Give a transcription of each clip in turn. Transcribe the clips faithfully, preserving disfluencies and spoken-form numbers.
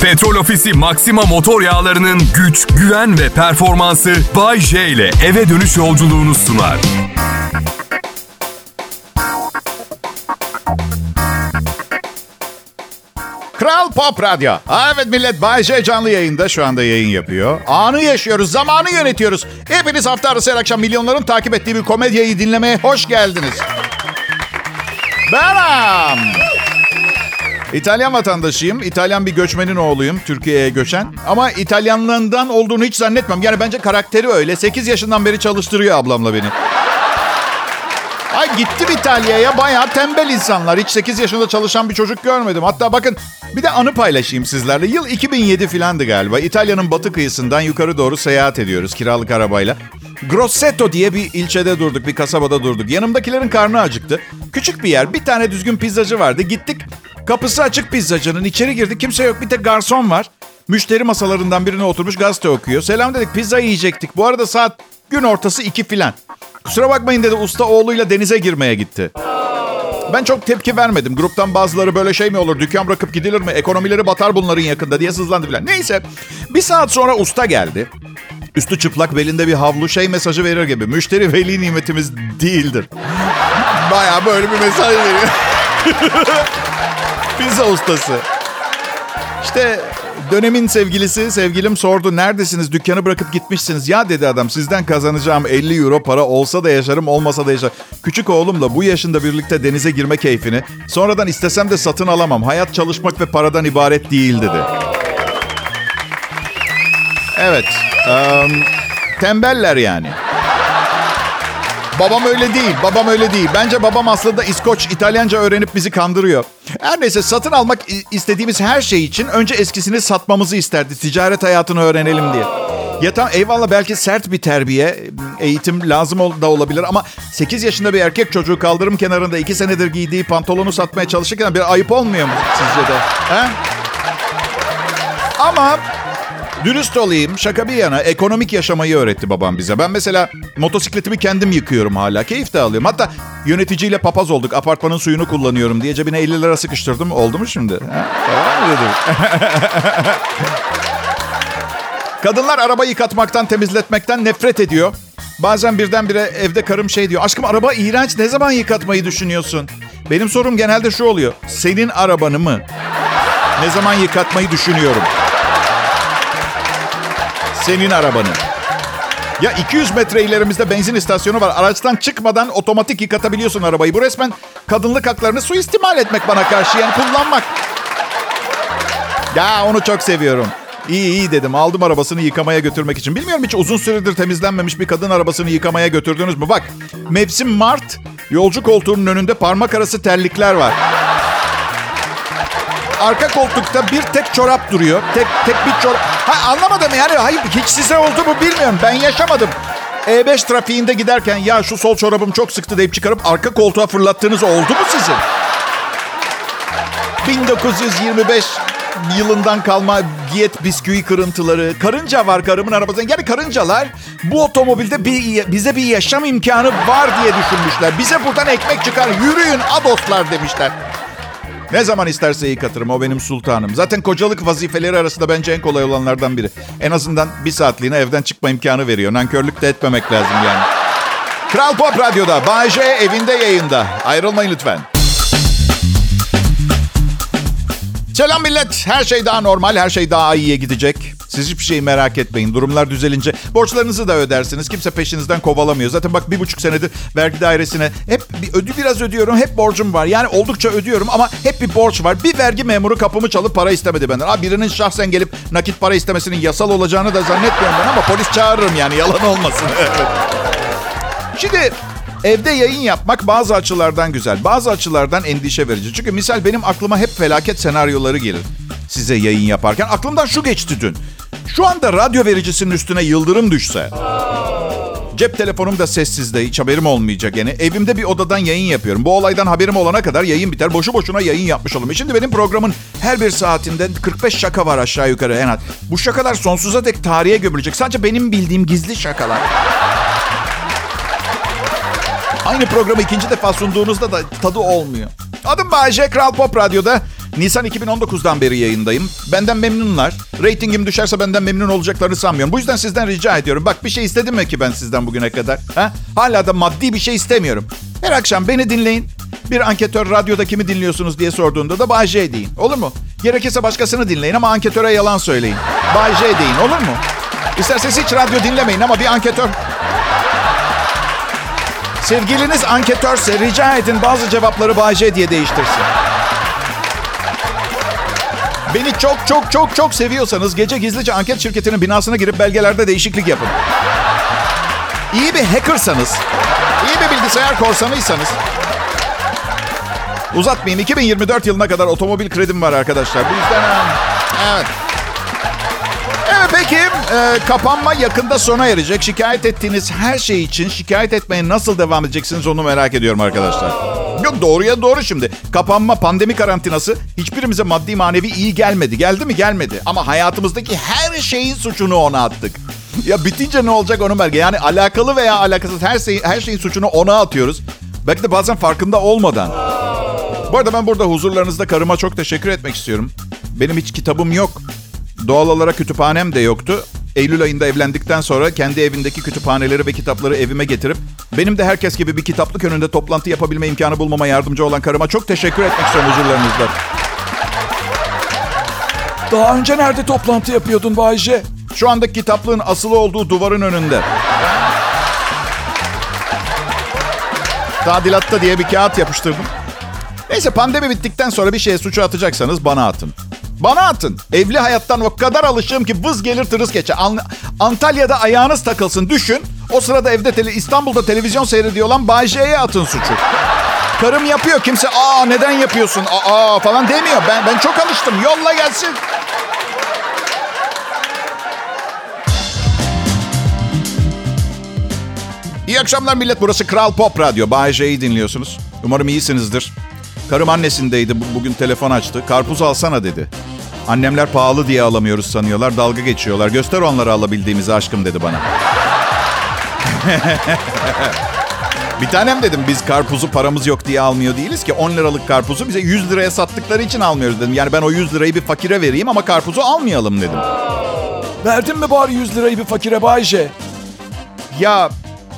Petrol Ofisi Maxima motor yağlarının güç, güven ve performansı Bay J ile eve dönüş yolculuğunu sunar. Kral Pop Radyo. Aa, evet millet, Bay J canlı yayında şu anda yayın yapıyor. Anı yaşıyoruz, zamanı yönetiyoruz. Hepiniz hafta arası her akşam milyonların takip ettiği bir komedyayı dinlemeye hoş geldiniz. Benim. İtalyan vatandaşıyım. İtalyan bir göçmenin oğluyum. Türkiye'ye göçen. Ama İtalyanlığından olduğunu hiç zannetmem. Yani bence karakteri öyle. sekiz yaşından beri çalıştırıyor ablamla beni. Ay gittim İtalya'ya, bayağı tembel insanlar. Hiç sekiz yaşında çalışan bir çocuk görmedim. Hatta bakın bir de anı paylaşayım sizlerle. Yıl iki bin yedi filandı galiba. İtalya'nın batı kıyısından yukarı doğru seyahat ediyoruz kiralık arabayla. Grosseto diye bir ilçede durduk, bir kasabada durduk. Yanımdakilerin karnı acıktı. Küçük bir yer, bir tane düzgün pizzacı vardı. Gittik, kapısı açık pizzacının. İçeri girdik, kimse yok, bir tek garson var. Müşteri masalarından birine oturmuş gazete okuyor. Selam dedik, pizza yiyecektik. Bu arada saat gün ortası iki filan. Kusura bakmayın dedi, usta oğluyla denize girmeye gitti. Ben çok tepki vermedim. Gruptan bazıları böyle şey mi olur, dükkan bırakıp gidilir mi, ekonomileri batar bunların yakında diye sızlandı filan. Neyse, bir saat sonra usta geldi. Üstü çıplak, belinde bir havlu, şey mesajı verir gibi. Müşteri veli nimetimiz değildir. Bayağı böyle bir mesaj veriyor. Pizza ustası. İşte dönemin sevgilisi, sevgilim sordu. Neredesiniz? Dükkanı bırakıp gitmişsiniz. Ya dedi adam, sizden kazanacağım elli euro para olsa da yaşarım, olmasa da yaşarım. Küçük oğlumla bu yaşında birlikte denize girme keyfini sonradan istesem de satın alamam. Hayat çalışmak ve paradan ibaret değil dedi. Evet. Um, tembeller yani. Babam öyle değil, babam öyle değil. Bence babam aslında İskoç, İtalyanca öğrenip bizi kandırıyor. Her neyse, satın almak istediğimiz her şey için önce eskisini satmamızı isterdi. Ticaret hayatını öğrenelim diye. Ya tamam, eyvallah, belki sert bir terbiye, eğitim lazım da olabilir ama sekiz yaşında bir erkek çocuğu kaldırım kenarında iki senedir giydiği pantolonu satmaya çalışırken bir ayıp olmuyor mu sizce de? He? Ama dürüst olayım, şaka bir yana, ekonomik yaşamayı öğretti babam bize. Ben mesela motosikletimi kendim yıkıyorum hala. Keyif de alıyorum. Hatta yöneticiyle papaz olduk. Apartmanın suyunu kullanıyorum diye cebine elli lira sıkıştırdım. Oldu mu şimdi? Tamam dedim. Kadınlar araba yıkatmaktan, temizletmekten nefret ediyor. Bazen birdenbire evde karım şey diyor. Aşkım, araba iğrenç, ne zaman yıkatmayı düşünüyorsun? Benim sorum genelde şu oluyor. Senin arabanı mı? Ne zaman yıkatmayı düşünüyorum? Senin arabanı. Ya iki yüz metre ilerimizde benzin istasyonu var. Araçtan çıkmadan otomatik yıkatabiliyorsun arabayı. Bu resmen kadınlık haklarını suistimal etmek bana karşı. Yani kullanmak. Ya onu çok seviyorum. İyi iyi dedim. Aldım arabasını yıkamaya götürmek için. Bilmiyorum, hiç uzun süredir temizlenmemiş bir kadın arabasını yıkamaya götürdünüz mü? Bak, mevsim Mart. Yolcu koltuğunun önünde parmak arası terlikler var. Arka koltukta bir tek çorap duruyor. Tek tek bir çorap. Ha, anlamadım yani. Hayır, hiç size oldu mu bilmiyorum. Ben yaşamadım. E beş trafiğinde giderken ya şu sol çorabım çok sıktı deyip çıkarıp arka koltuğa fırlattığınız oldu mu sizin? bin dokuz yüz yirmi beş yılından kalma diyet bisküvi kırıntıları. Karınca var karımın arabasında. Yani karıncalar bu otomobilde bir, bize bir yaşam imkanı var diye düşünmüşler. Bize buradan ekmek çıkar, yürüyün adoslar demişler. Ne zaman isterse yıkatırım, o benim sultanım. Zaten kocalık vazifeleri arasında bence en kolay olanlardan biri. En azından bir saatliğine evden çıkma imkanı veriyor. Nankörlük de etmemek lazım yani. Kral Pop Radyo'da, Bay J evinde yayında. Ayrılmayın lütfen. Selam millet. Her şey daha normal, her şey daha iyiye gidecek. Siz hiçbir şeyi merak etmeyin. Durumlar düzelince borçlarınızı da ödersiniz. Kimse peşinizden kovalamıyor. Zaten bak, bir buçuk senedir vergi dairesine hep bir ödü biraz ödüyorum. Hep borcum var. Yani oldukça ödüyorum ama hep bir borç var. Bir vergi memuru kapımı çalıp para istemedi benden. Ha, birinin şahsen gelip nakit para istemesinin yasal olacağını da zannetmiyorum ben ama polis çağırırım yani, yalan olmasın. Şimdi evde yayın yapmak bazı açılardan güzel, bazı açılardan endişe verici. Çünkü misal benim aklıma hep felaket senaryoları gelir size yayın yaparken. Aklımdan şu geçti dün. Şu anda radyo vericisinin üstüne yıldırım düşse, cep telefonum da sessizde, hiç haberim olmayacak. Yani evimde bir odadan yayın yapıyorum. Bu olaydan haberim olana kadar yayın biter. Boşu boşuna yayın yapmış olurum. Şimdi benim programın her bir saatinde kırk beş şaka var aşağı yukarı en az. Bu şakalar sonsuza dek tarihe gömülecek. Sadece benim bildiğim gizli şakalar. Aynı programı ikinci defa sunduğunuzda da tadı olmuyor. Adım Bay J, Kral Pop Radyo'da Nisan iki bin on dokuzdan beri yayındayım. Benden memnunlar. Ratingim düşerse benden memnun olacaklarını sanmıyorum. Bu yüzden sizden rica ediyorum. Bak bir şey istedim mi ki ben sizden bugüne kadar? Ha? Hala da maddi bir şey istemiyorum. Her akşam beni dinleyin. Bir anketör radyoda kimi dinliyorsunuz diye sorduğunda da Bay J deyin. Olur mu? Gerekirse başkasını dinleyin ama anketöre yalan söyleyin. Bay J deyin, olur mu? İsterseniz hiç radyo dinlemeyin ama bir anketör... Sevgiliniz anketörse rica edin bazı cevapları Bay J diye değiştirsin. Beni çok çok çok çok seviyorsanız gece gizlice anket şirketinin binasına girip belgelerde değişiklik yapın. İyi bir hackersanız, iyi bir bilgisayar korsanıysanız... Uzatmayayım. iki bin yirmi dört yılına kadar otomobil kredim var arkadaşlar. Bu yüzden... Evet. Evet peki. E, kapanma yakında sona erecek. Şikayet ettiğiniz her şey için şikayet etmeye nasıl devam edeceksiniz onu merak ediyorum arkadaşlar. Yok doğruya doğru şimdi. Kapanma, pandemi karantinası hiçbirimize maddi manevi iyi gelmedi. Geldi mi? Gelmedi. Ama hayatımızdaki her şeyin suçunu ona attık. Ya bitince ne olacak onu merak. Yani alakalı veya alakasız her, şey, her şeyin suçunu ona atıyoruz. Belki de bazen farkında olmadan. Bu arada ben burada huzurlarınızda karıma çok teşekkür etmek istiyorum. Benim hiç kitabım yok. Doğal olarak kütüphanem de yoktu. Eylül ayında evlendikten sonra kendi evindeki kütüphaneleri ve kitapları evime getirip... benim de herkes gibi bir kitaplık önünde toplantı yapabilme imkanı bulmama yardımcı olan karıma çok teşekkür etmek istiyorum huzurlarınızda. Daha önce nerede toplantı yapıyordun Bay J? Şu andaki kitaplığın asılı olduğu duvarın önünde. Tadilatta diye bir kağıt yapıştırdım. Neyse pandemi bittikten sonra bir şeye suçu atacaksanız bana atın. Bana atın. Evli hayattan o kadar alışığım ki vız gelir tırıs geçer. An- Antalya'da ayağınız takılsın düşün. O sırada evde tele- İstanbul'da televizyon seyrediyor olan Bay J'ye atın suçu. Karım yapıyor. Kimse aa neden yapıyorsun aa falan demiyor. Ben, ben çok alıştım. Yolla gelsin. İyi akşamlar millet. Burası Kral Pop Radyo. Bay J'yi dinliyorsunuz. Umarım iyisinizdir. Karım annesindeydi. Bugün telefon açtı. Karpuz alsana dedi. Annemler pahalı diye alamıyoruz sanıyorlar. Dalga geçiyorlar. Göster onlara alabildiğimizi aşkım dedi bana. Bir tanem dedim biz karpuzu paramız yok diye almıyor değiliz ki. on liralık karpuzu bize yüz liraya sattıkları için almıyoruz dedim. Yani ben o yüz lirayı bir fakire vereyim ama karpuzu almayalım dedim. Verdin mi bari yüz lirayı bir fakire Bay J? Ya...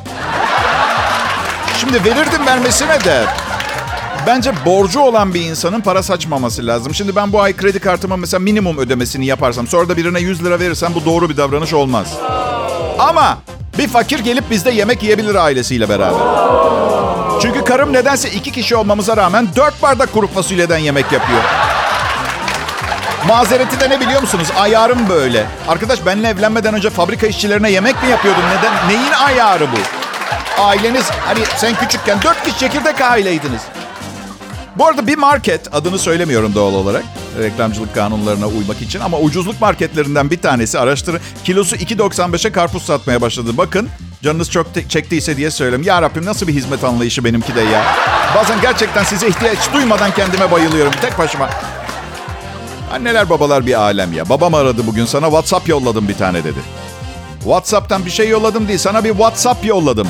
Şimdi verirdim vermesine de... Bence borcu olan bir insanın para saçmaması lazım. Şimdi ben bu ay kredi kartıma mesela minimum ödemesini yaparsam... sonra da birine yüz lira verirsem bu doğru bir davranış olmaz. Ama bir fakir gelip bizde yemek yiyebilir ailesiyle beraber. Çünkü karım nedense iki kişi olmamıza rağmen dört bardak kuru fasulyeden yemek yapıyor. Mazereti de ne biliyor musunuz? Ayarım böyle. Arkadaş benimle evlenmeden önce fabrika işçilerine yemek mi yapıyordun? Neden? Neyin ayarı bu? Aileniz hani sen küçükken dört kişi çekirdek aileydiniz. Bu arada bir market, adını söylemiyorum doğal olarak. Reklamcılık kanunlarına uymak için. Ama ucuzluk marketlerinden bir tanesi araştırın. Kilosu iki doksan beşe karpuz satmaya başladı. Bakın canınız çok te- çektiyse diye söyleyeyim. Ya Rabbim nasıl bir hizmet anlayışı benimki de ya. Bazen gerçekten size ihtiyaç duymadan kendime bayılıyorum. Tek başıma. Anneler babalar bir alem ya. Babam aradı bugün sana WhatsApp yolladım bir tane dedi. WhatsApp'tan bir şey yolladım değil. Sana bir WhatsApp yolladım.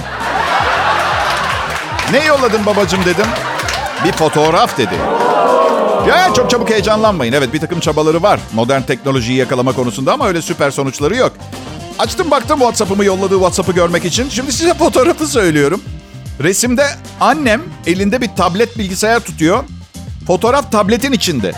Ne yolladın babacığım dedim. Bir fotoğraf dedi. Ya çok çabuk heyecanlanmayın. Evet bir takım çabaları var modern teknolojiyi yakalama konusunda ama öyle süper sonuçları yok. Açtım baktım WhatsApp'ımı yolladığı WhatsApp'ı görmek için. Şimdi size fotoğrafı söylüyorum. Resimde annem elinde bir tablet bilgisayar tutuyor. Fotoğraf tabletin içinde.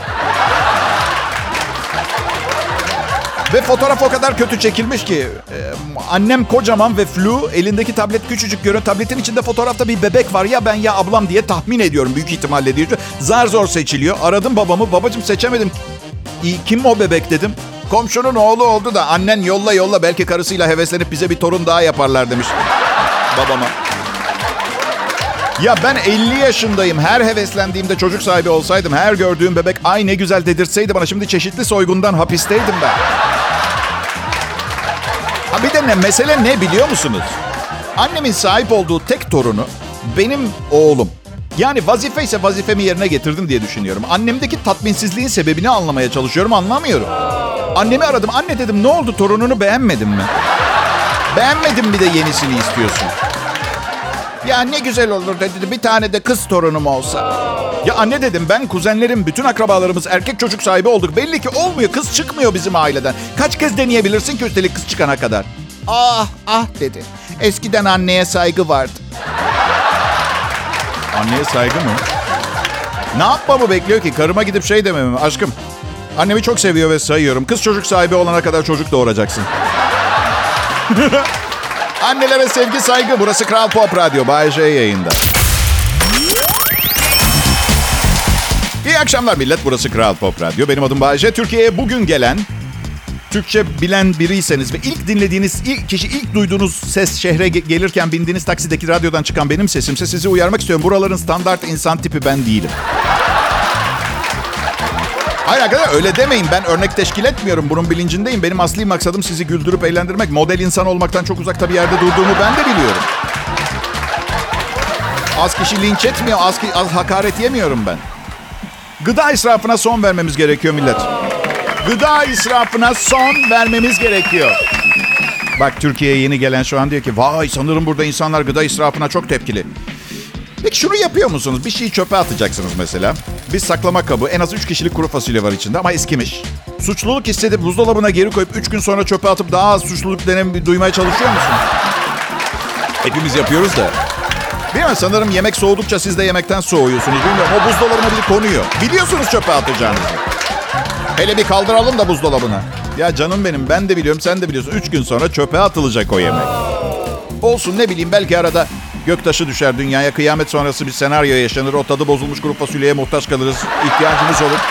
Ve fotoğraf o kadar kötü çekilmiş ki e, annem kocaman ve flu, elindeki tablet küçücük görüyor. Tabletin içinde fotoğrafta bir bebek var ya ben ya ablam diye tahmin ediyorum büyük ihtimalle diyor. Zar zor seçiliyor. Aradım babamı. Babacığım seçemedim. Kim o bebek dedim. Komşunun oğlu oldu da annen yolla yolla belki karısıyla heveslenip bize bir torun daha yaparlar demiş babama. Ya ben elli yaşındayım. Her heveslendiğimde çocuk sahibi olsaydım, her gördüğüm bebek ay ne güzel dedirtseydi bana. Şimdi çeşitli soygundan hapisteydim ben. Ha bir de ne, mesele ne biliyor musunuz? Annemin sahip olduğu tek torunu benim oğlum. Yani vazife ise vazifemi yerine getirdim diye düşünüyorum. Annemdeki tatminsizliğin sebebini anlamaya çalışıyorum, anlamıyorum. Annemi aradım. Anne dedim ne oldu, torununu beğenmedin mi? Beğenmedim bir de yenisini istiyorsun. Ya ne güzel olur dedi. Bir tane de kız torunum olsa. Ya anne dedim, ben, kuzenlerim, bütün akrabalarımız erkek çocuk sahibi olduk. Belli ki olmuyor. Kız çıkmıyor bizim aileden. Kaç kez deneyebilirsin ki üstelik kız çıkana kadar? Ah ah dedi. Eskiden anneye saygı vardı. Anneye saygı mı? Ne yapmamı bekliyor ki? Karıma gidip şey dememi mi? Aşkım, annemi çok seviyor ve sayıyorum. Kız çocuk sahibi olana kadar çocuk doğuracaksın. Annelere sevgi, saygı. Burası Kral Pop Radyo. Bay J yayında. İyi akşamlar millet. Burası Kral Pop Radyo. Benim adım Bay J. Türkiye'ye bugün gelen, Türkçe bilen biriyseniz ve ilk dinlediğiniz, ilk kişi, ilk duyduğunuz ses şehre ge- gelirken bindiğiniz taksideki radyodan çıkan benim sesimse sizi uyarmak istiyorum. Buraların standart insan tipi ben değilim. Hayır arkadaşlar, öyle demeyin. Ben örnek teşkil etmiyorum. Bunun bilincindeyim. Benim asli maksadım sizi güldürüp eğlendirmek. Model insan olmaktan çok uzakta bir yerde durduğumu ben de biliyorum. Az kişi linç etmiyor. Az, az hakaret yemiyorum ben. Gıda israfına son vermemiz gerekiyor millet. Gıda israfına son vermemiz gerekiyor. Bak, Türkiye'ye yeni gelen şu an diyor ki, vay sanırım burada insanlar gıda israfına çok tepkili. Peki şunu yapıyor musunuz? Bir şeyi çöpe atacaksınız mesela. Bir saklama kabı, en az üç kişilik kuru fasulye var içinde ama eskimiş. Suçluluk hissedip buzdolabına geri koyup üç gün sonra çöpe atıp daha az suçluluk deneyimi duymaya çalışıyor musun? Hepimiz yapıyoruz da. Bilmiyorum, sanırım yemek soğudukça siz de yemekten soğuyorsunuz. Bilmiyorum, o buzdolabına bir konuyor. Biliyorsunuz çöpe atacağınızı. Hele bir kaldıralım da buzdolabına. Ya canım benim, ben de biliyorum, sen de biliyorsun. Üç gün sonra çöpe atılacak o yemek. Olsun, ne bileyim, belki arada göktaşı düşer dünyaya, kıyamet sonrası bir senaryo yaşanır. O tadı bozulmuş kuru fasulyeye muhtaç kalırız. İhtiyacımız olur.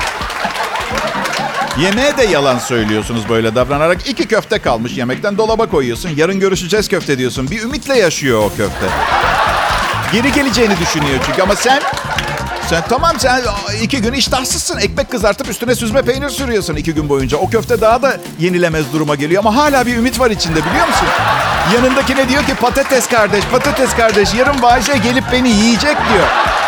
Yemeğe de yalan söylüyorsunuz böyle davranarak. İki köfte kalmış yemekten, dolaba koyuyorsun. Yarın görüşeceğiz köfte diyorsun. Bir ümitle yaşıyor o köfte. Geri geleceğini düşünüyor çünkü, ama sen... Sen tamam, sen iki gün iştahsızsın. Ekmek kızartıp üstüne süzme peynir sürüyorsun iki gün boyunca. O köfte daha da yenilemez duruma geliyor ama hala bir ümit var içinde, biliyor musun? Yanındaki ne diyor ki? Patates kardeş, patates kardeş. Yarın Bayce gelip beni yiyecek diyor.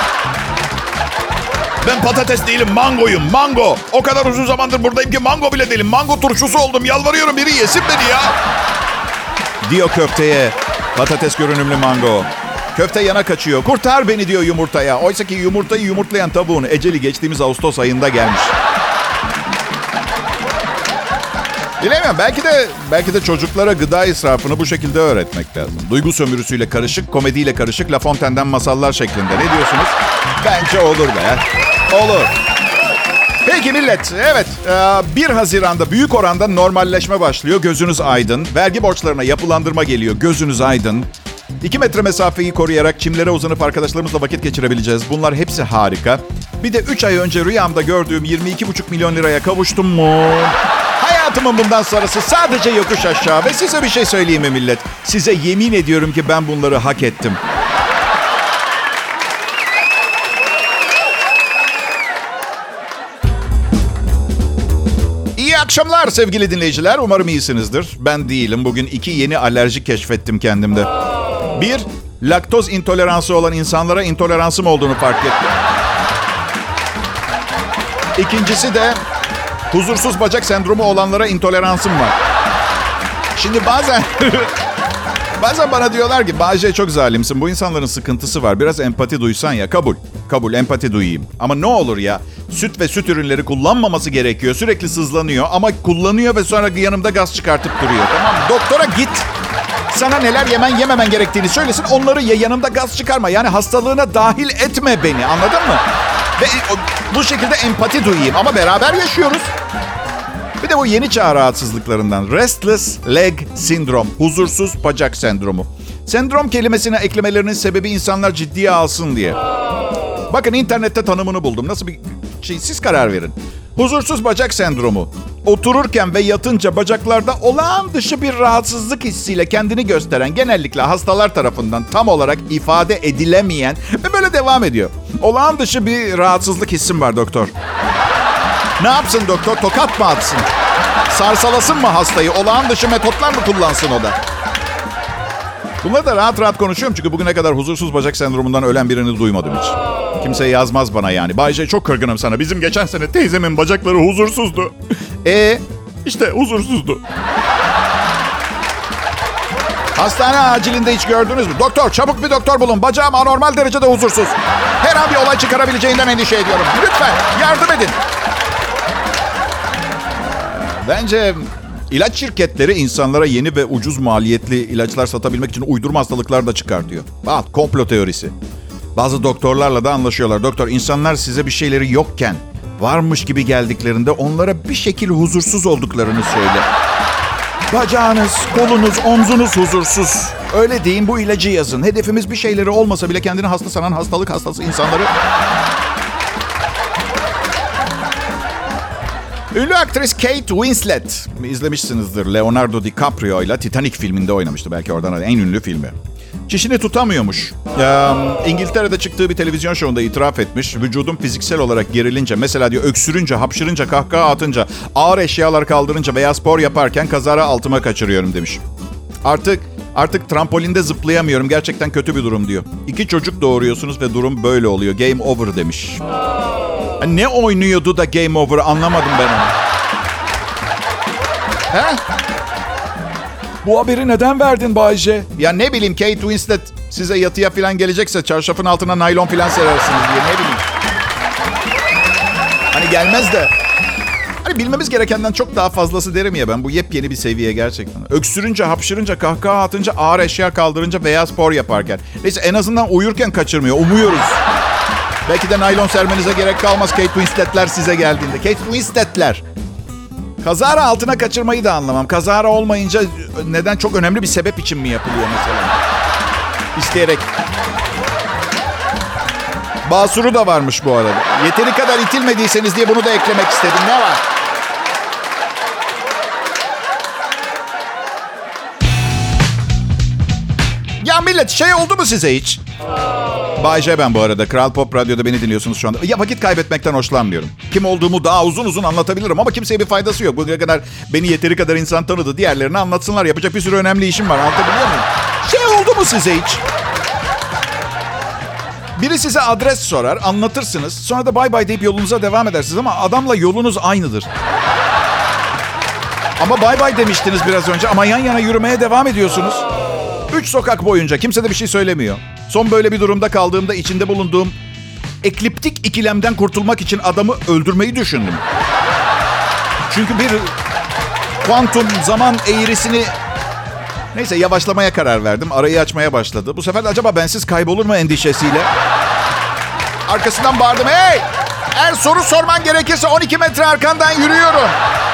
Ben patates değilim, mangoyum, mango. O kadar uzun zamandır buradayım ki mango bile değilim. Mango turşusu oldum. Yalvarıyorum, biri yesin beni ya. Diyor köfteye. Patates görünümlü mango. Köfte yana kaçıyor. Kurtar beni diyor yumurtaya. Oysa ki yumurtayı yumurtlayan tavuğun eceli geçtiğimiz Ağustos ayında gelmiş. Bilemiyorum. Belki de belki de çocuklara gıda israfını bu şekilde öğretmek lazım. Duygu sömürüsüyle karışık, komediyle karışık, La Fontaine'den masallar şeklinde. Ne diyorsunuz? Bence olur be. Olur. Peki millet, evet, bir Haziran'da büyük oranda normalleşme başlıyor. Gözünüz aydın. Vergi borçlarına yapılandırma geliyor. Gözünüz aydın. İki metre mesafeyi koruyarak çimlere uzanıp arkadaşlarımızla vakit geçirebileceğiz. Bunlar hepsi harika. Bir de üç ay önce rüyamda gördüğüm yirmi iki buçuk milyon liraya kavuştum mu? Hayatımın bundan sonrası sadece yokuş aşağı. Ve size bir şey söyleyeyim mi millet? Size yemin ediyorum ki ben bunları hak ettim. İyi akşamlar sevgili dinleyiciler. Umarım iyisinizdir. Ben değilim. Bugün iki yeni alerji keşfettim kendimde. Bir, laktoz intoleransı olan insanlara intoleransım olduğunu fark ettim. İkincisi de huzursuz bacak sendromu olanlara intoleransım var. Şimdi bazen bazen bana diyorlar ki Bayce çok zalimsin. Bu insanların sıkıntısı var. Biraz empati duysan ya. Kabul. Kabul, empati duyayım. Ama ne olur ya. Süt ve süt ürünleri kullanmaması gerekiyor. Sürekli sızlanıyor ama kullanıyor ve sonra yanımda gaz çıkartıp duruyor. Tamam mı? Doktora git. Sana neler yemen yememen gerektiğini söylesin. Onları ye, yanımda gaz çıkarma. Yani hastalığına dahil etme beni. Anladın mı? Ve bu şekilde empati duyayım. Ama beraber yaşıyoruz. Bir de bu yeni çağ rahatsızlıklarından. Restless leg syndrome. Huzursuz bacak sendromu. Sendrom kelimesine eklemelerinin sebebi insanlar ciddiye alsın diye. Bakın internette tanımını buldum. Nasıl bir şey, siz karar verin. Huzursuz bacak sendromu. Otururken ve yatınca bacaklarda olağan dışı bir rahatsızlık hissiyle kendini gösteren, genellikle hastalar tarafından tam olarak ifade edilemeyen ve böyle devam ediyor. Olağan dışı bir rahatsızlık hissim var doktor. Ne yapsın doktor? Tokat mı atsın? Sarsalasın mı hastayı? Olağan dışı metotlar mı kullansın o da? Bunları da rahat rahat konuşuyorum çünkü bugüne kadar huzursuz bacak sendromundan ölen birini duymadım hiç. Kimse yazmaz bana yani. Bayce çok kırgınım sana. Bizim geçen sene teyzemin bacakları huzursuzdu. E işte huzursuzdu. Hastane acilinde hiç gördünüz mü? Doktor, çabuk bir doktor bulun. Bacağım anormal derecede huzursuz. Her an bir olay çıkarabileceğinden endişe ediyorum. Lütfen yardım edin. Bence ilaç şirketleri insanlara yeni ve ucuz maliyetli ilaçlar satabilmek için uydurma hastalıklar da çıkartıyor. Bak, komplo teorisi. Bazı doktorlarla da anlaşıyorlar. Doktor, insanlar size bir şeyleri yokken varmış gibi geldiklerinde onlara bir şekil huzursuz olduklarını söyle. Bacağınız, kolunuz, omzunuz huzursuz. Öyle deyin, bu ilacı yazın. Hedefimiz bir şeyleri olmasa bile kendini hasta sanan hastalık hastası insanları... Ünlü aktris Kate Winslet, izlemişsinizdir, Leonardo DiCaprio ile Titanic filminde oynamıştı. Belki oradan en ünlü filmi. Çişini tutamıyormuş. Ee, İngiltere'de çıktığı bir televizyon şovunda itiraf etmiş. Vücudum fiziksel olarak gerilince, mesela diyor öksürünce, hapşırınca, kahkaha atınca, ağır eşyalar kaldırınca veya spor yaparken kazara altıma kaçırıyorum demiş. Artık artık trampolində zıplayamıyorum. Gerçekten kötü bir durum diyor. İki çocuk doğuruyorsunuz ve durum böyle oluyor. Game over demiş. Ne oynuyordu da game over, anlamadım ben onu. He? Bu haberi neden verdin Bay J? Ya ne bileyim, Kate Winslet size yatıya falan gelecekse çarşafın altına naylon falan serersiniz diye, ne bileyim. Hani gelmez de. Hani bilmemiz gerekenden çok daha fazlası derim ya ben. Bu yepyeni bir seviye gerçekten. Öksürünce, hapşırınca, kahkaha atınca, ağır eşya kaldırınca veya spor yaparken. Neyse, en azından uyurken kaçırmıyor. Umuyoruz. Belki de naylon sermenize gerek kalmaz Kate Winslet'ler size geldiğinde. Kate Winslet'ler. Kazara altına kaçırmayı da anlamam. Kazara olmayınca neden, çok önemli bir sebep için mi yapılıyor mesela? İsteyerek. Basuru da varmış bu arada. Yeteri kadar itilmediyseniz diye bunu da eklemek istedim. Ne var? Ya millet, şey oldu mu size hiç? Bay J ben bu arada. Kral Pop Radyo'da beni dinliyorsunuz şu anda. Ya vakit kaybetmekten hoşlanmıyorum. Kim olduğumu daha uzun uzun anlatabilirim ama kimseye bir faydası yok. Bugüne kadar beni yeteri kadar insan tanıdı. Diğerlerini anlatsınlar. Yapacak bir sürü önemli işim var. Anlatabiliyor muyum? Şey oldu mu size hiç? Biri size adres sorar, anlatırsınız. Sonra da bay bay deyip yolunuza devam edersiniz ama adamla yolunuz aynıdır. Ama bay bay demiştiniz biraz önce ama yan yana yürümeye devam ediyorsunuz. Üç sokak boyunca kimse de bir şey söylemiyor. Son böyle bir durumda kaldığımda içinde bulunduğum ekliptik ikilemden kurtulmak için adamı öldürmeyi düşündüm. Çünkü bir kuantum zaman eğrisini... Neyse, yavaşlamaya karar verdim. Arayı açmaya başladı. Bu sefer de acaba bensiz kaybolur mu endişesiyle? Arkasından bağırdım. Hey! Eğer soru sorman gerekirse on iki metre arkandan yürüyorum.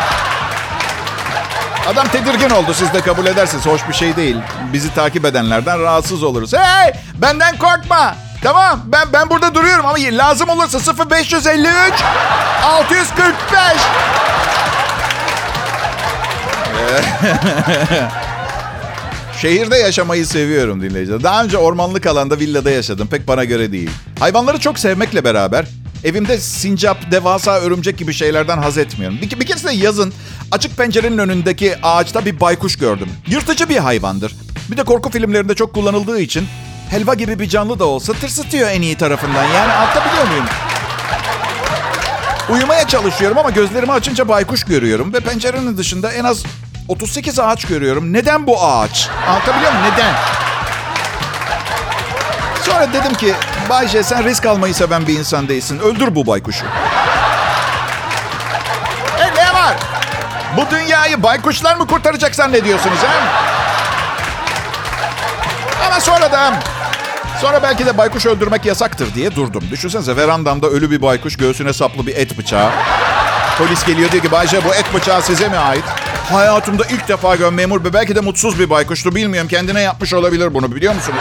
Adam tedirgin oldu. Siz de kabul edersiniz. Hoş bir şey değil. Bizi takip edenlerden rahatsız oluruz. Hey! Benden korkma. Tamam. Ben ben burada duruyorum ama lazım olursa sıfır beş yüz elli üç altı yüz kırk beş. Şehirde yaşamayı seviyorum dinleyiciler. Daha önce ormanlık alanda, villada yaşadım. Pek bana göre değil. Hayvanları çok sevmekle beraber evimde sincap, devasa örümcek gibi şeylerden haz etmiyorum. Bir, bir keresinde yazın açık pencerenin önündeki ağaçta bir baykuş gördüm. Yırtıcı bir hayvandır. Bir de korku filmlerinde çok kullanıldığı için helva gibi bir canlı da olsa tırsıtıyor en iyi tarafından. Yani anlatabiliyor muyum? Uyumaya çalışıyorum ama gözlerimi açınca baykuş görüyorum. Ve pencerenin dışında en az otuz sekiz ağaç görüyorum. Neden bu ağaç? Anlatabiliyor muyum? Neden? Sonra dedim ki, Bay J, sen risk almayı seven bir insan değilsin. Öldür bu baykuşu. E ne var? Bu dünyayı baykuşlar mı kurtaracak zannediyorsunuz ha? Ama sonra da... Sonra belki de baykuş öldürmek yasaktır diye durdum. Düşünsenize, verandamda ölü bir baykuş, göğsüne saplı bir et bıçağı. Polis geliyor, diyor ki, Bay J, bu et bıçağı size mi ait? Hayatımda ilk defa gör memur bey. Belki de mutsuz bir baykuştu, bilmiyorum. Kendine yapmış olabilir bunu, biliyor musunuz?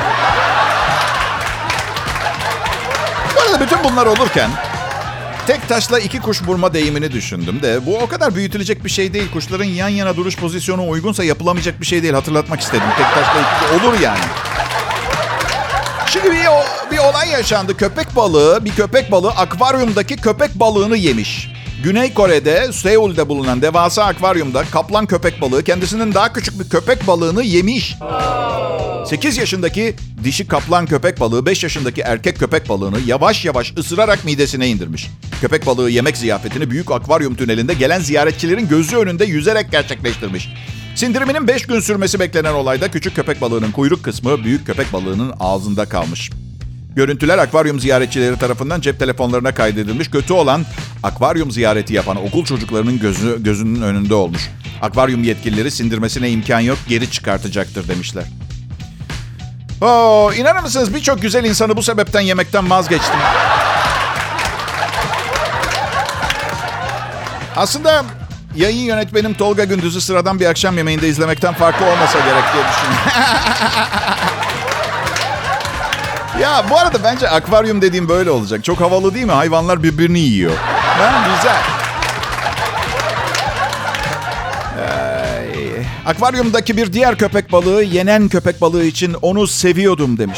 Bu arada bütün bunlar olurken tek taşla iki kuş vurma deyimini düşündüm de bu o kadar büyütülecek bir şey değil. Kuşların yan yana duruş pozisyonu uygunsa yapılamayacak bir şey değil. Hatırlatmak istedim. Tek taşla iki olur yani. Şimdi bir, bir olay yaşandı. Köpek balığı, bir köpek balığı akvaryumdaki köpek balığını yemiş. Güney Kore'de, Seul'de bulunan devasa akvaryumda kaplan köpek balığı kendisinden daha küçük bir köpek balığını yemiş. sekiz yaşındaki dişi kaplan köpek balığı beş yaşındaki erkek köpek balığını yavaş yavaş ısırarak midesine indirmiş. Köpek balığı yemek ziyafetini büyük akvaryum tünelinde gelen ziyaretçilerin gözü önünde yüzerek gerçekleştirmiş. Sindiriminin beş gün sürmesi beklenen olayda küçük köpek balığının kuyruk kısmı büyük köpek balığının ağzında kalmış. Görüntüler akvaryum ziyaretçileri tarafından cep telefonlarına kaydedilmiş. Kötü olan akvaryum ziyareti yapan okul çocuklarının gözü, gözünün önünde olmuş. Akvaryum yetkilileri sindirmesine imkan yok, geri çıkartacaktır demişler. Oo, inanır mısınız birçok güzel insanı bu sebepten yemekten vazgeçtim. Aslında yayın yönetmenim Tolga Gündüz'ü sıradan bir akşam yemeğinde izlemekten farklı olmasa gerek diye düşünüyorum. Ya bu arada bence akvaryum dediğim böyle olacak. Çok havalı değil mi? Hayvanlar birbirini yiyor. Ha, güzel. Ay. Akvaryumdaki bir diğer köpek balığı yenen köpek balığı için onu seviyordum demiş.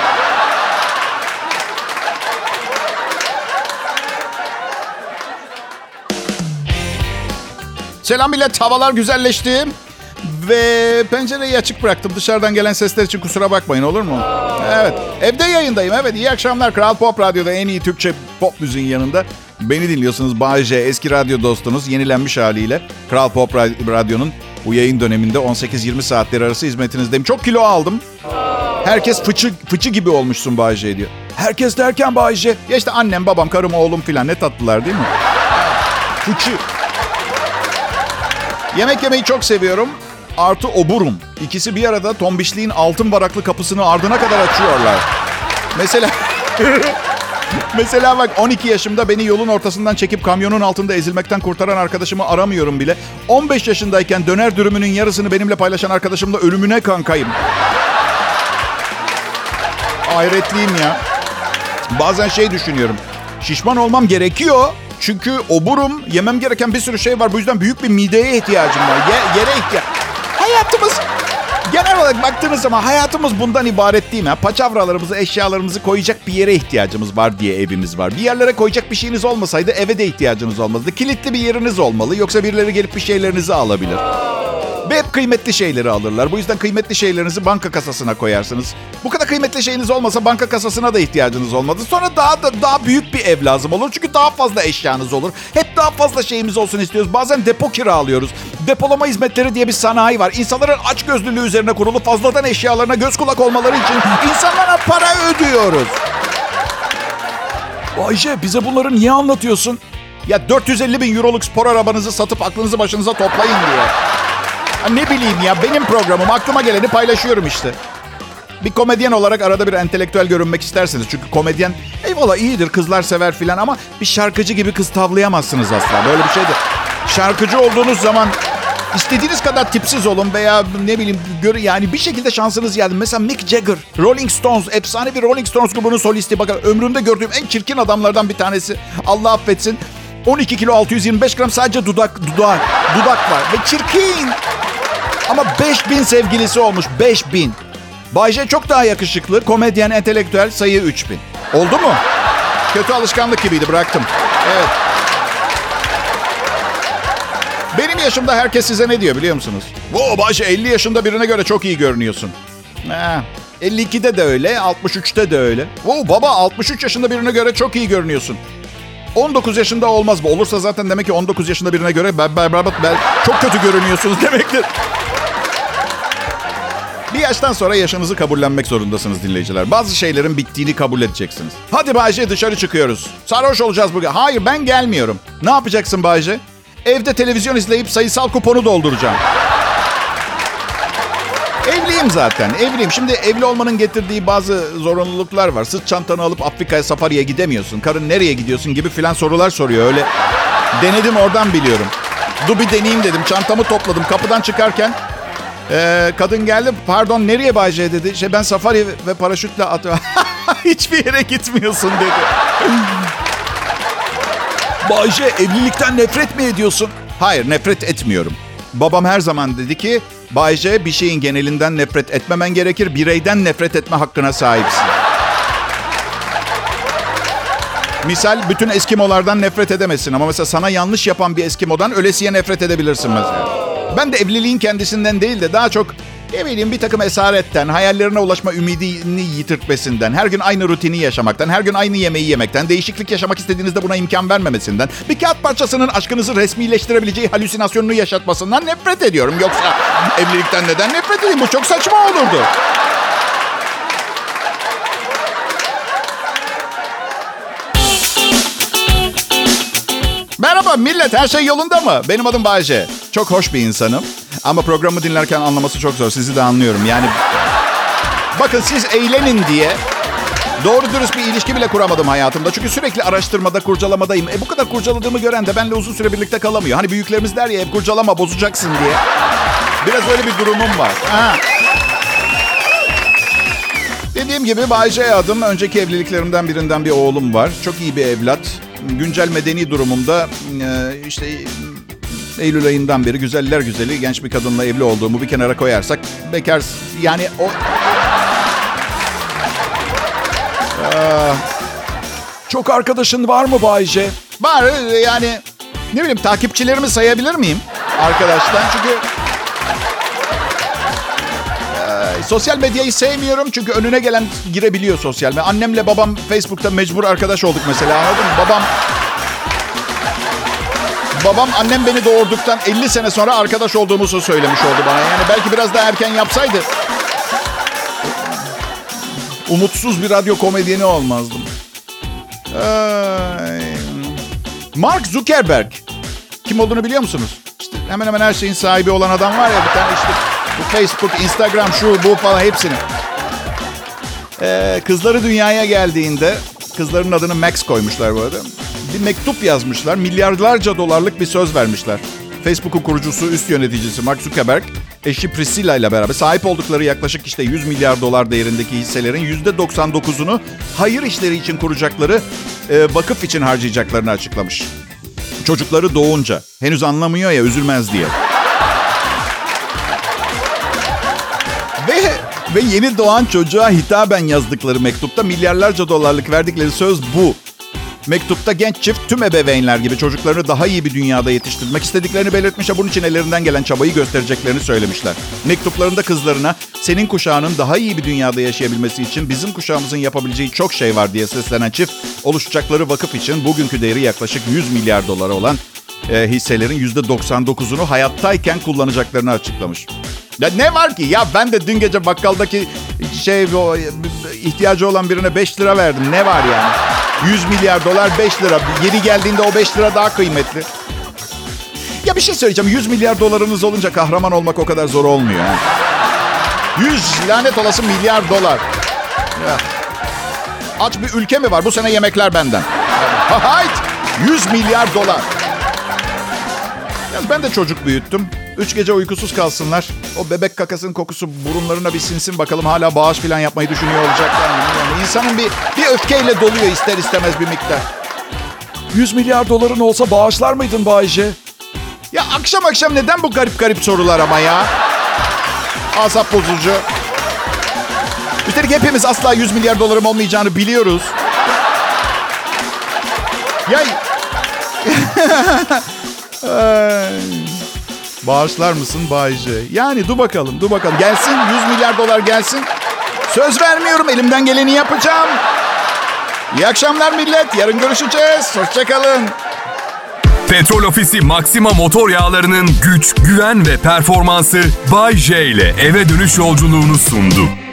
Selam millet, havalar güzelleşti. Ve pencereyi açık bıraktım. Dışarıdan gelen sesler için kusura bakmayın, olur mu? Evet, evde yayındayım. Evet, iyi akşamlar. Kral Pop Radyo'da en iyi Türkçe pop müziğin yanında. Beni dinliyorsunuz. Bay J, eski radyo dostunuz. Yenilenmiş haliyle Kral Pop Radyo'nun bu yayın döneminde on sekiz yirmi saatleri arası hizmetinizdeyim. Çok kilo aldım. Herkes fıçı, fıçı gibi olmuşsun Bay J diyor. Herkes derken Bay J. Ya işte annem, babam, karım, oğlum filan ne tatlılar değil mi? Fıçı. Yemek yemeyi çok seviyorum. Artı oburum. İkisi bir arada tombişliğin altın varaklı kapısını ardına kadar açıyorlar. Mesela... Mesela bak on iki yaşımda beni yolun ortasından çekip kamyonun altında ezilmekten kurtaran arkadaşımı aramıyorum bile. on beş yaşındayken döner dürümünün yarısını benimle paylaşan arkadaşımla ölümüne kankayım. Hayretliyim ya. Bazen şey düşünüyorum. Şişman olmam gerekiyor. Çünkü oburum, yemem gereken bir sürü şey var. Bu yüzden büyük bir mideye ihtiyacım var. Ye- yere ihtiyaç. Hayatımız, genel olarak baktığınız zaman hayatımız bundan ibaret değil mi? Paçavralarımızı, eşyalarımızı koyacak bir yere ihtiyacımız var diye evimiz var. Bir yerlere koyacak bir şeyiniz olmasaydı eve de ihtiyacınız olmazdı. Kilitli bir yeriniz olmalı. Yoksa birileri gelip bir şeylerinizi alabilir. Ve hep kıymetli şeyleri alırlar. Bu yüzden kıymetli şeylerinizi banka kasasına koyarsınız. Bu kadar kıymetli şeyiniz olmasa banka kasasına da ihtiyacınız olmadı. Sonra daha da daha büyük bir ev lazım olur. Çünkü daha fazla eşyanız olur. Hep daha fazla şeyimiz olsun istiyoruz. Bazen depo kiralıyoruz. Depolama hizmetleri diye bir sanayi var. İnsanların açgözlülüğü üzerine kurulu fazladan eşyalarına göz kulak olmaları için insanlara para ödüyoruz. Bay J, bize bunları niye anlatıyorsun? Ya dört yüz elli bin euroluk spor arabanızı satıp aklınızı başınıza toplayın diye. Ha ne bileyim ya, benim programım, aklıma geleni paylaşıyorum işte. Bir komedyen olarak arada bir entelektüel görünmek isterseniz. Çünkü komedyen eyvallah iyidir, kızlar sever filan ama bir şarkıcı gibi kız tavlayamazsınız asla. Böyle bir şeydir. Şarkıcı olduğunuz zaman istediğiniz kadar tipsiz olun veya ne bileyim yani bir şekilde şansınız geldi. Mesela Mick Jagger, Rolling Stones, efsane bir Rolling Stones grubunun solisti. Bakın ömrümde gördüğüm en çirkin adamlardan bir tanesi. Allah affetsin. on iki kilo altı yüz yirmi beş gram sadece dudak, dudak, dudak var ve çirkin. Ama beş bin sevgilisi olmuş, beş bin. Bay J çok daha yakışıklı, komedyen, entelektüel, sayı üç bin. Oldu mu? Kötü alışkanlık gibiydi, bıraktım. Evet. Benim yaşımda herkes size ne diyor biliyor musunuz? Oo Bay J elli yaşında birine göre çok iyi görünüyorsun. Ha, elli ikide de öyle, altmış üçte de öyle. Oo baba altmış üç yaşında birine göre çok iyi görünüyorsun. on dokuz yaşında olmaz bu. Olursa zaten demek ki on dokuz yaşında birine göre ben, ben, ben, ben çok kötü görünüyorsunuz demektir. Bir yaştan sonra yaşınızı kabullenmek zorundasınız dinleyiciler. Bazı şeylerin bittiğini kabul edeceksiniz. Hadi Bay J dışarı çıkıyoruz. Sarhoş olacağız bugün. Hayır ben gelmiyorum. Ne yapacaksın Bay J? Evde televizyon izleyip sayısal kuponu dolduracağım. Evliyim zaten, evliyim. Şimdi evli olmanın getirdiği bazı zorunluluklar var. Sırt çantanı alıp Afrika'ya, safariye gidemiyorsun. Karın nereye gidiyorsun gibi filan sorular soruyor. Öyle denedim, oradan biliyorum. Dur bir deneyeyim dedim. Çantamı topladım. Kapıdan çıkarken e, kadın geldi. Pardon nereye Bay J dedi. Şey, ben safari ve paraşütle atıyorum. Hiçbir yere gitmiyorsun dedi. Bay J, evlilikten nefret mi ediyorsun? Hayır, nefret etmiyorum. Babam her zaman dedi ki, Bay J bir şeyin genelinden nefret etmemen gerekir. Bireyden nefret etme hakkına sahipsin. Misal bütün Eskimolardan nefret edemezsin. Ama mesela sana yanlış yapan bir Eskimo'dan ölesiye nefret edebilirsin mesela. Ben de evliliğin kendisinden değil de daha çok ne bileyim bir takım esaretten, hayallerine ulaşma ümidini yitirtmesinden, her gün aynı rutini yaşamaktan, her gün aynı yemeği yemekten, değişiklik yaşamak istediğinizde buna imkan vermemesinden, bir kağıt parçasının aşkınızı resmileştirebileceği halüsinasyonunu yaşatmasından nefret ediyorum. Yoksa evlilikten neden nefret edeyim? Bu çok saçma olurdu. Selam millet, her şey yolunda mı? Benim adım Bay J. Çok hoş bir insanım. Ama programı dinlerken anlaması çok zor. Sizi de anlıyorum. Yani bakın siz eğlenin diye doğru dürüst bir ilişki bile kuramadım hayatımda. Çünkü sürekli araştırmada, kurcalamadayım. E bu kadar kurcaladığımı gören de benimle uzun süre birlikte kalamıyor. Hani büyüklerimiz der ya, hep kurcalama, bozacaksın diye. Biraz öyle bir durumum var. Ha. Dediğim gibi Bay J adım. Önceki evliliklerimden birinden bir oğlum var. Çok iyi bir evlat. Güncel medeni durumumda işte Eylül ayından beri güzeller güzeli genç bir kadınla evli olduğumu bir kenara koyarsak bekar, yani o... Aa, Çok arkadaşın var mı Bay J? var yani, ne bileyim, takipçilerimi sayabilir miyim arkadaşlar? Çünkü e, sosyal medyayı sevmiyorum çünkü önüne gelen girebiliyor sosyal medya. Annemle babam Facebook'ta mecbur arkadaş olduk mesela, anladın mı? Babam Babam annem beni doğurduktan elli sene sonra arkadaş olduğumuzu söylemiş oldu bana. Yani belki biraz daha erken yapsaydı umutsuz bir radyo komedyeni olmazdım. Ay. Mark Zuckerberg. Kim olduğunu biliyor musunuz? İşte hemen hemen her şeyin sahibi olan adam var ya, bir tane işte bu Facebook, Instagram, şu bu falan hepsini. Ee, kızları dünyaya geldiğinde kızların adını Max koymuşlar bu arada. Bir mektup yazmışlar. Milyarlarca dolarlık bir söz vermişler. Facebook'un kurucusu, üst yöneticisi Mark Zuckerberg, eşi Priscilla ile beraber sahip oldukları yaklaşık işte yüz milyar dolar değerindeki hisselerin yüzde doksan dokuzunu hayır işleri için kuracakları e, vakıf için harcayacaklarını açıklamış. Çocukları doğunca. Henüz anlamıyor ya, üzülmez diye. Ve ve yeni doğan çocuğa hitaben yazdıkları mektupta milyarlarca dolarlık verdikleri söz bu. Mektupta genç çift tüm ebeveynler gibi çocuklarını daha iyi bir dünyada yetiştirmek istediklerini belirtmişler. Bunun için ellerinden gelen çabayı göstereceklerini söylemişler. Mektuplarında kızlarına senin kuşağının daha iyi bir dünyada yaşayabilmesi için bizim kuşağımızın yapabileceği çok şey var diye seslenen çift, oluşacakları vakıf için bugünkü değeri yaklaşık yüz milyar dolara olan e, hisselerin yüzde doksan dokuzunu hayattayken kullanacaklarını açıklamış. Ya ne var ki? Ya ben de dün gece bakkaldaki şey o, ihtiyacı olan birine beş lira verdim. Ne var yani? yüz milyar dolar beş lira. Yeri geldiğinde o beş lira daha kıymetli. Ya bir şey söyleyeceğim. yüz milyar dolarınız olunca kahraman olmak o kadar zor olmuyor. Ha? yüz lanet olası milyar dolar. Ya. Aç bir ülke mi var? Bu sene yemekler benden. Hayt! yüz milyar dolar. Ya ben de çocuk büyüttüm. Üç gece uykusuz kalsınlar. O bebek kakasının kokusu burunlarına bir sinsin, bakalım hala bağış falan yapmayı düşünüyor olacaklar mı? Yani İnsanın bir, bir öfkeyle doluyor ister istemez bir miktar. yüz milyar doların olsa bağışlar mıydın Bay J? Ya akşam akşam neden bu garip garip sorular ama ya? Asap bozucu. Üstelik hepimiz asla yüz milyar dolarım olmayacağını biliyoruz. Ya... Bağışlar mısın Bay J? Yani dur bakalım, dur bakalım. Gelsin, yüz milyar dolar gelsin. Söz vermiyorum, elimden geleni yapacağım. İyi akşamlar millet, yarın görüşeceğiz. Hoşçakalın. Petrol Ofisi Maxima motor yağlarının güç, güven ve performansı Bay J ile eve dönüş yolculuğunu sundu.